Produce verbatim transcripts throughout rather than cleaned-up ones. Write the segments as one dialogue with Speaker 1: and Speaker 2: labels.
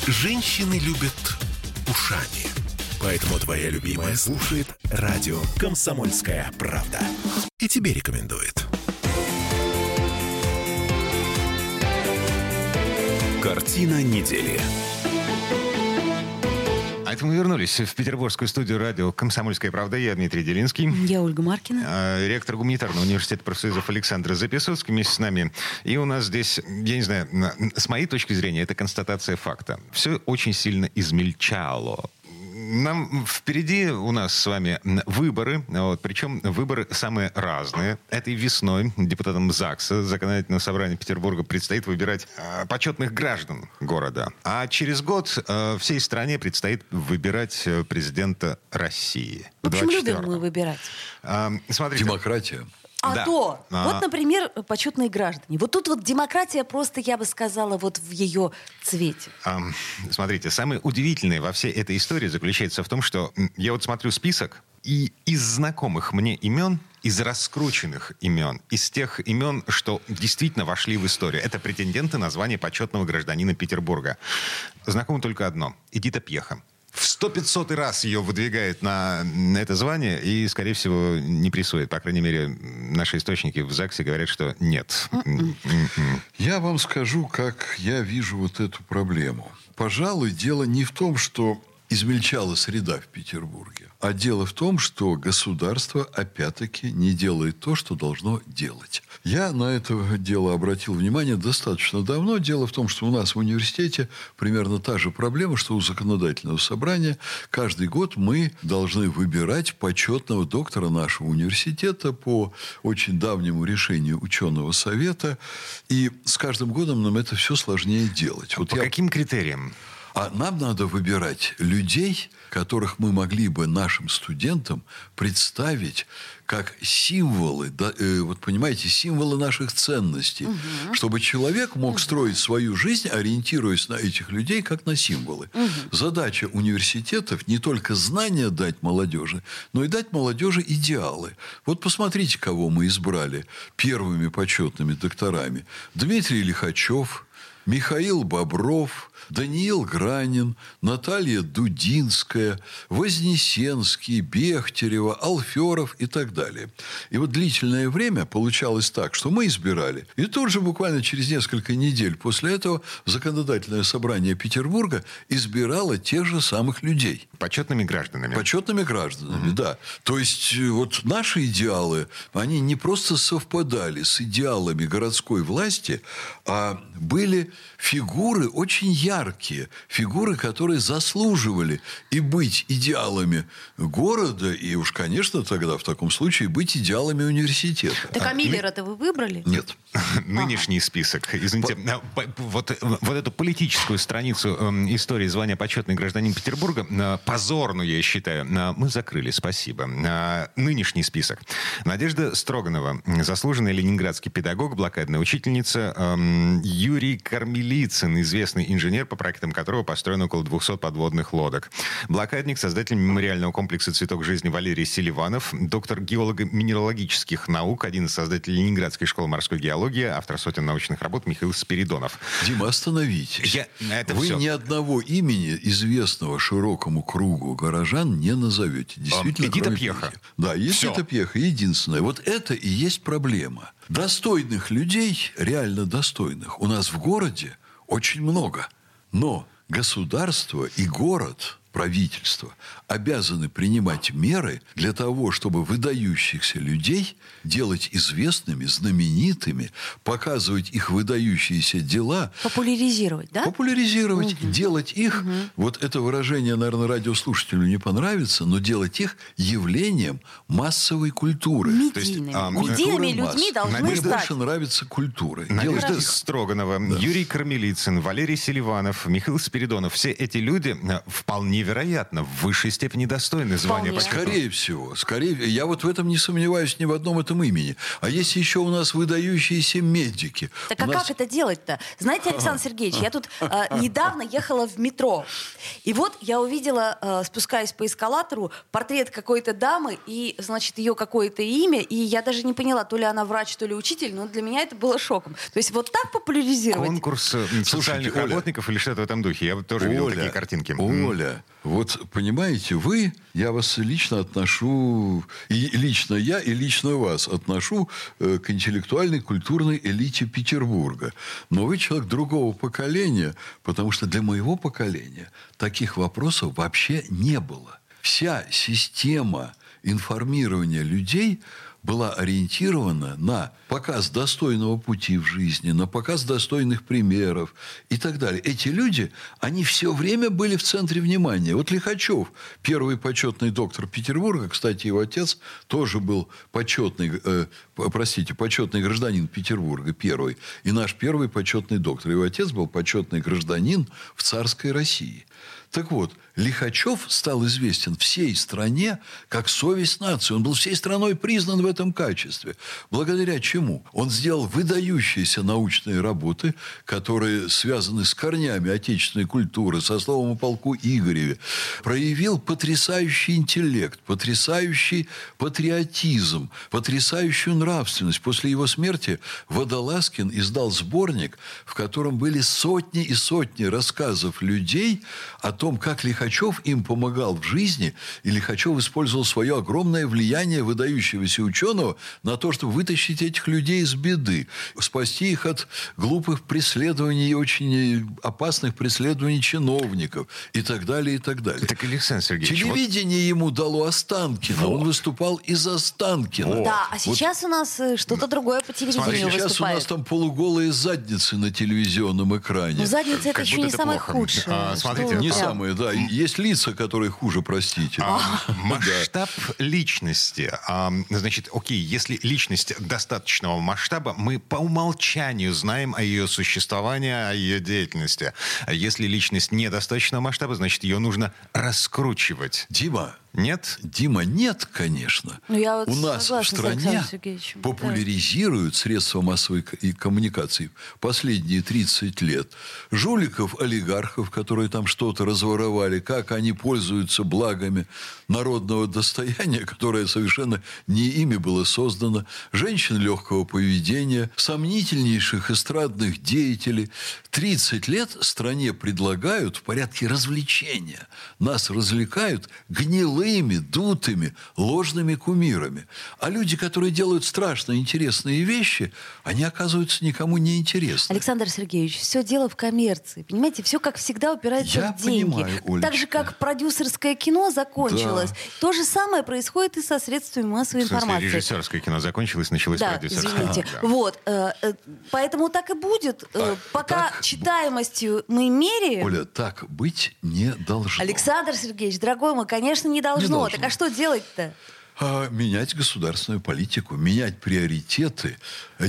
Speaker 1: Женщины любят ушами. Поэтому твоя любимая слушает радио «Комсомольская правда». И тебе рекомендует. Картина недели.
Speaker 2: А это мы вернулись в петербургскую студию радио «Комсомольская правда». Я Дмитрий Делинский.
Speaker 3: Я Ольга Маркина.
Speaker 2: Ректор гуманитарного университета профсоюзов Александр Записоцкий вместе с нами. И у нас здесь, я не знаю, с моей точки зрения, это констатация факта. Все очень сильно измельчало. Нам впереди у нас с вами выборы, вот, причем выборы самые разные. Этой весной депутатам ЗАГСа, Законодательного собрания Петербурга, предстоит выбирать э, почетных граждан города. А через год э, всей стране предстоит выбирать э, президента России.
Speaker 3: В общем, любим мы выбирать.
Speaker 2: Э, смотрите.
Speaker 4: Демократия.
Speaker 3: А
Speaker 2: Да.
Speaker 3: то,
Speaker 2: А.
Speaker 3: вот, например, почетные граждане. Вот тут вот демократия просто, я бы сказала, вот в ее цвете.
Speaker 2: Ам, Смотрите, самое удивительное во всей этой истории заключается в том, что м, я вот смотрю список, и из знакомых мне имен, из раскрученных имен, из тех имен, что действительно вошли в историю, это претенденты на звание почетного гражданина Петербурга. Знакомо только одно – Эдита Пьеха. В сто-пятьсотый раз ее выдвигает на, на это звание и, скорее всего, не присвоит. По крайней мере, наши источники в ЗАГСе говорят, что нет.
Speaker 4: Я вам скажу, как я вижу вот эту проблему. Пожалуй, дело не в том, что измельчала среда в Петербурге, а дело в том, что государство, опять-таки, не делает то, что должно делать. Я на это дело обратил внимание достаточно давно. Дело в том, что у нас в университете примерно та же проблема, что у законодательного собрания. Каждый год мы должны выбирать почетного доктора нашего университета по очень давнему решению ученого совета. И с каждым годом нам это все сложнее делать. Вот
Speaker 2: По
Speaker 4: я...
Speaker 2: каким критериям?
Speaker 4: А нам надо выбирать людей, которых мы могли бы нашим студентам представить как символы, да, э, вот понимаете, символы наших ценностей, угу. чтобы человек мог угу. строить свою жизнь, ориентируясь на этих людей, как на символы. Угу. Задача университетов не только знания дать молодежи, но и дать молодежи идеалы. Вот посмотрите, кого мы избрали первыми почетными докторами. Дмитрий Лихачев, Михаил Бобров, Даниил Гранин, Наталья Дудинская, Вознесенский, Бехтерева, Алферов и так далее. И вот длительное время получалось так, что мы избирали. И тут же буквально через несколько недель после этого Законодательное собрание Петербурга избирало тех же самых людей.
Speaker 2: Почетными гражданами.
Speaker 4: Почетными гражданами, угу. да. То есть вот наши идеалы, они не просто совпадали с идеалами городской власти, а были фигуры очень яркие, фигуры, которые заслуживали и быть идеалами города, и уж, конечно, тогда в таком случае быть идеалами университета.
Speaker 3: Так а Миллера-то вы выбрали?
Speaker 4: Нет.
Speaker 2: Нынешний список. Извините, вот, вот эту политическую страницу э, истории звания почетный гражданин Петербурга, э, позорную, я считаю, э, мы закрыли, спасибо. Э, нынешний список. Надежда Строганова, заслуженный ленинградский педагог, блокадная учительница, э, Юрий Кормилицын, известный инженер, по проектам которого построено около двухсот подводных лодок. Блокадник, создатель мемориального комплекса «Цветок жизни» Валерий Селиванов, доктор геолого-минералогических наук, один из создателей Ленинградской школы морской геологии, автор сотен научных работ Михаил Спиридонов.
Speaker 4: Дима, остановитесь.
Speaker 2: Я... Это
Speaker 4: Вы
Speaker 2: все.
Speaker 4: ни одного имени, известного широкому кругу горожан, не назовете. Действительно,
Speaker 2: Эдита
Speaker 4: кроме
Speaker 2: Пьеха.
Speaker 4: Пьехи. Да, есть
Speaker 2: Все.
Speaker 4: Эдита Пьеха. Единственное. Вот это и есть проблема. Достойных людей, реально достойных, у нас в городе очень много. Но государство и город, правительство обязаны принимать меры для того, чтобы выдающихся людей делать известными, знаменитыми, показывать их выдающиеся дела.
Speaker 3: Популяризировать, да?
Speaker 4: Популяризировать,
Speaker 3: угу.
Speaker 4: делать их, угу. вот это выражение, наверное, радиослушателю не понравится, но делать их явлением массовой культуры.
Speaker 3: Медийными.
Speaker 2: То есть,
Speaker 3: а, Медийными людьми должны
Speaker 4: Мне
Speaker 3: стать.
Speaker 4: больше нравится культура.
Speaker 2: Надежда
Speaker 4: Делать их.
Speaker 2: Строганова,
Speaker 4: Да.
Speaker 2: Юрий Кормилицын, Валерий Селиванов, Михаил Спиридонов. Все эти люди вполне невероятно, в высшей степени достойны звания
Speaker 3: Вполне.
Speaker 2: почетного.
Speaker 4: Скорее всего. Скорее, я вот в этом не сомневаюсь ни в одном этом имени. А есть еще у нас выдающиеся медики.
Speaker 3: Так
Speaker 4: У
Speaker 3: а
Speaker 4: нас-
Speaker 3: как это делать-то? Знаете, Александр Сергеевич, я тут э, недавно ехала в метро. И вот я увидела, э, спускаясь по эскалатору, портрет какой-то дамы и, значит, ее какое-то имя. И я даже не поняла, то ли она врач, то ли учитель. Но для меня это было шоком. То есть вот так популяризировать?
Speaker 2: Конкурс э, социальных
Speaker 4: Оля.
Speaker 2: работников или что-то в этом духе. Я вот тоже видел такие картинки. М.
Speaker 4: Оля, вот понимаете, вы, я вас лично отношу, и лично я, и лично вас отношу э, к интеллектуальной, культурной элите Петербурга. Но вы человек другого поколения, потому что для моего поколения таких вопросов вообще не было. Вся система информирования людей была ориентирована на показ достойного пути в жизни, на показ достойных примеров и так далее. Эти люди, они все время были в центре внимания. Вот Лихачев, первый почетный доктор Петербурга, кстати, его отец тоже был почетный, э, простите, почетный гражданин Петербурга, первый. И наш первый почетный доктор. Его отец был почетный гражданин в царской России. Так вот, Лихачев стал известен всей стране как совесть нации. Он был всей страной признан в этом качестве. Благодаря чему? Он сделал выдающиеся научные работы, которые связаны с корнями отечественной культуры, со словом о полку Игореве. Проявил потрясающий интеллект, потрясающий патриотизм, потрясающую нравственность. После его смерти Водолазкин издал сборник, в котором были сотни и сотни рассказов людей о том, как Лихачев им помогал в жизни, и Лихачев использовал свое огромное влияние выдающегося ученого на то, чтобы вытащить этих людей из беды, спасти их от глупых преследований и очень опасных преследований чиновников и так далее, и так далее.
Speaker 2: Так, Александр Сергеевич, вот-
Speaker 4: Телевидение ему дало Останкина. Он выступал из Останкина.
Speaker 3: Да, а
Speaker 4: Вот.
Speaker 3: сейчас у нас э, что-то другое по
Speaker 4: А
Speaker 3: телевидению
Speaker 4: сейчас
Speaker 3: выступает.
Speaker 4: у нас там полуголые задницы на телевизионном экране.
Speaker 3: Ну, задница это
Speaker 2: Как
Speaker 3: еще
Speaker 2: будто
Speaker 3: не
Speaker 2: это
Speaker 3: самое
Speaker 2: плохо.
Speaker 3: худшее.
Speaker 2: А,
Speaker 3: Что
Speaker 2: смотрите,
Speaker 3: вы
Speaker 4: Не
Speaker 3: прям-
Speaker 4: самые, да. Есть лица, которые хуже, простите.
Speaker 2: А, масштаб личности. А, значит, окей, если личность достаточного масштаба, мы по умолчанию знаем о ее существовании, о ее деятельности. А если личность недостаточного масштаба, значит, ее нужно раскручивать.
Speaker 4: Дима,
Speaker 2: Нет?
Speaker 4: Дима, нет, конечно.
Speaker 3: Ну, я вот
Speaker 4: У нас в
Speaker 3: согласна с
Speaker 4: стране
Speaker 3: Александром Сергеевичем.
Speaker 4: популяризируют средства массовой к- и коммуникации последние тридцать лет. Жуликов, олигархов, которые там что-то разворовали, как они пользуются благами народного достояния, которое совершенно не ими было создано, женщин легкого поведения, сомнительнейших эстрадных деятелей. тридцать лет стране предлагают в порядке развлечения. Нас развлекают гнилыми, дутыми, ложными кумирами. А люди, которые делают страшно интересные вещи, они оказываются никому не интересны.
Speaker 3: Александр Сергеевич, все дело в коммерции. Понимаете, все, как всегда, упирается
Speaker 4: Я
Speaker 3: в деньги.
Speaker 4: понимаю, Олечка.
Speaker 3: Так же, как продюсерское кино закончилось,
Speaker 4: Да.
Speaker 3: то же самое происходит и со средствами массовой
Speaker 2: В смысле,
Speaker 3: информации.
Speaker 2: режиссерское кино закончилось, началось
Speaker 3: Да,
Speaker 2: продюсерское.
Speaker 3: извините.
Speaker 2: А, да.
Speaker 3: Вот. э, э, Поэтому так и будет. Э, Пока
Speaker 4: так-
Speaker 3: читаемостью мы меряем...
Speaker 4: Оля, так быть не должно.
Speaker 3: Александр Сергеевич, дорогой мой, конечно, не должно.
Speaker 4: Не должно.
Speaker 3: Так а что делать-то?
Speaker 4: А, менять государственную политику, менять приоритеты.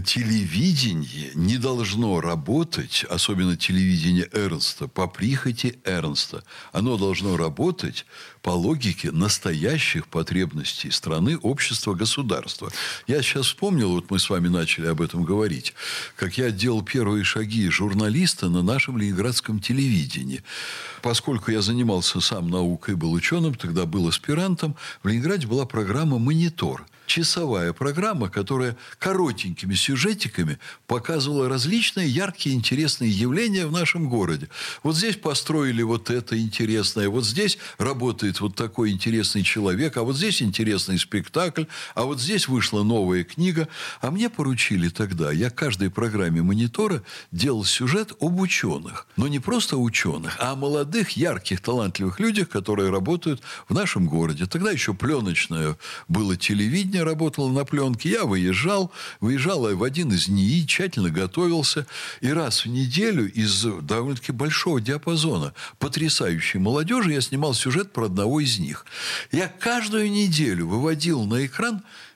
Speaker 4: Телевидение не должно работать, особенно телевидение Эрнста, по прихоти Эрнста. Оно должно работать по логике настоящих потребностей страны, общества, государства. Я сейчас вспомнил, вот мы с вами начали об этом говорить, как я делал первые шаги журналиста на нашем ленинградском телевидении. Поскольку я занимался сам наукой, был ученым, тогда был аспирантом, в Ленинграде была программа «Монитор». Часовая программа, которая коротенькими сюжетиками показывала различные яркие, интересные явления в нашем городе. Вот здесь построили вот это интересное, вот здесь работает вот такой интересный человек, а вот здесь интересный спектакль, а вот здесь вышла новая книга. А мне поручили тогда, я каждой программе «Монитора» делал сюжет об ученых. Но не просто ученых, а о молодых, ярких, талантливых людях, которые работают в нашем городе. Тогда еще пленочное было телевидение, работала на пленке. Я выезжал, выезжал в один из НИИ, тщательно готовился. И раз в неделю из довольно-таки большого диапазона потрясающей молодежи я снимал сюжет про одного из них. Я каждую неделю выводил на экран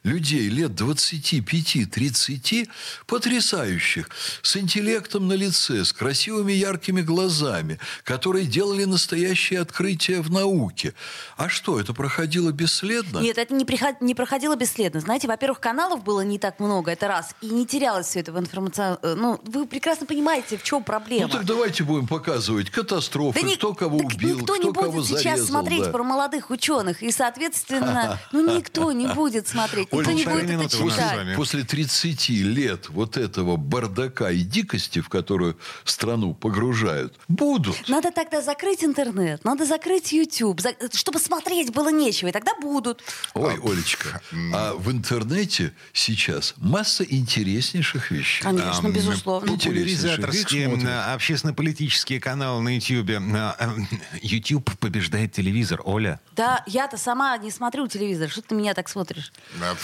Speaker 4: людей лет двадцати пяти тридцати, потрясающих, с интеллектом на лице, с красивыми яркими глазами, которые делали настоящие открытия в науке. А что, это проходило бесследно?
Speaker 3: Нет, это не, приход... не проходило бесследно. Знаете, во-первых, каналов было не так много, это раз. И не терялось все это в информационном... Ну, вы прекрасно понимаете, в чем проблема.
Speaker 4: Ну, так давайте будем показывать катастрофы,
Speaker 3: да
Speaker 4: кто
Speaker 3: ни...
Speaker 4: кого
Speaker 3: так
Speaker 4: убил,
Speaker 3: никто
Speaker 4: кто
Speaker 3: не
Speaker 4: кого
Speaker 3: будет сейчас
Speaker 4: зарезал.
Speaker 3: смотреть
Speaker 4: Да.
Speaker 3: про молодых ученых. И, соответственно, ну, никто не будет смотреть. Никто не будет это читать.
Speaker 4: После тридцати лет вот этого бардака и дикости, в которую страну погружают, будут.
Speaker 3: Надо тогда закрыть интернет, надо закрыть YouTube, за... чтобы смотреть было нечего, и тогда будут.
Speaker 4: Ой, Олечка, а в интернете сейчас масса интереснейших вещей.
Speaker 3: Конечно,
Speaker 2: Ам,
Speaker 3: безусловно.
Speaker 2: Популяризаторские,
Speaker 4: Их смотрят.
Speaker 2: а, общественно-политические каналы на YouTube. А, а, YouTube побеждает телевизор, Оля.
Speaker 3: Да, я-то сама не смотрю телевизор. Что ты меня так смотришь?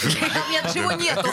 Speaker 3: Нет, чего нету.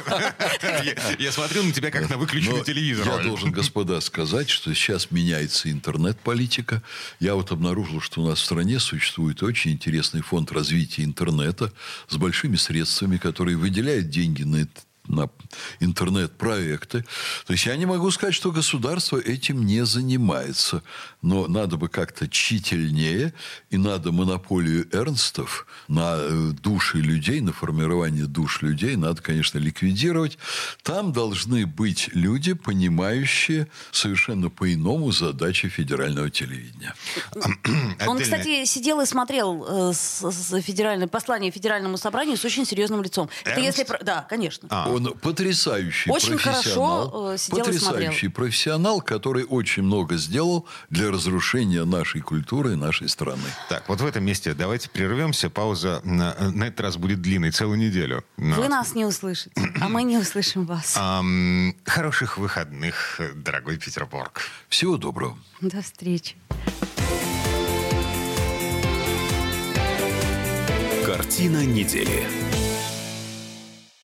Speaker 2: Я, я смотрю на тебя, как на выключенный
Speaker 4: Но
Speaker 2: телевизор.
Speaker 4: я
Speaker 2: Оль.
Speaker 4: должен, господа, сказать, что сейчас меняется интернет-политика. Я вот обнаружил, что у нас в стране существует очень интересный фонд развития интернета с большими средствами, который выделяет деньги на это. на интернет-проекты. То есть я не могу сказать, что государство этим не занимается. Но надо бы как-то тщательнее, и надо монополию Эрнстов на души людей, на формирование душ людей надо, конечно, ликвидировать. Там должны быть люди, понимающие совершенно по-иному задачи федерального телевидения.
Speaker 3: Он, кстати, сидел и смотрел э, с, с федеральное, послание Федеральному собранию с очень серьезным лицом. Это
Speaker 2: Эрнст?
Speaker 3: если... про- Да, конечно.
Speaker 2: А.
Speaker 4: Он потрясающий
Speaker 3: Очень
Speaker 4: профессионал.
Speaker 3: хорошо, э, сидел и
Speaker 4: потрясающий профессионал, который очень много сделал для разрушения нашей культуры и нашей страны.
Speaker 2: Так, вот в этом месте давайте прервемся. Пауза на, на этот раз будет длинной, целую неделю. Но...
Speaker 3: Вы нас не услышите, а мы не услышим вас.
Speaker 2: Ам, хороших выходных, дорогой Петербург.
Speaker 4: Всего доброго.
Speaker 3: До встречи.
Speaker 1: Картина недели.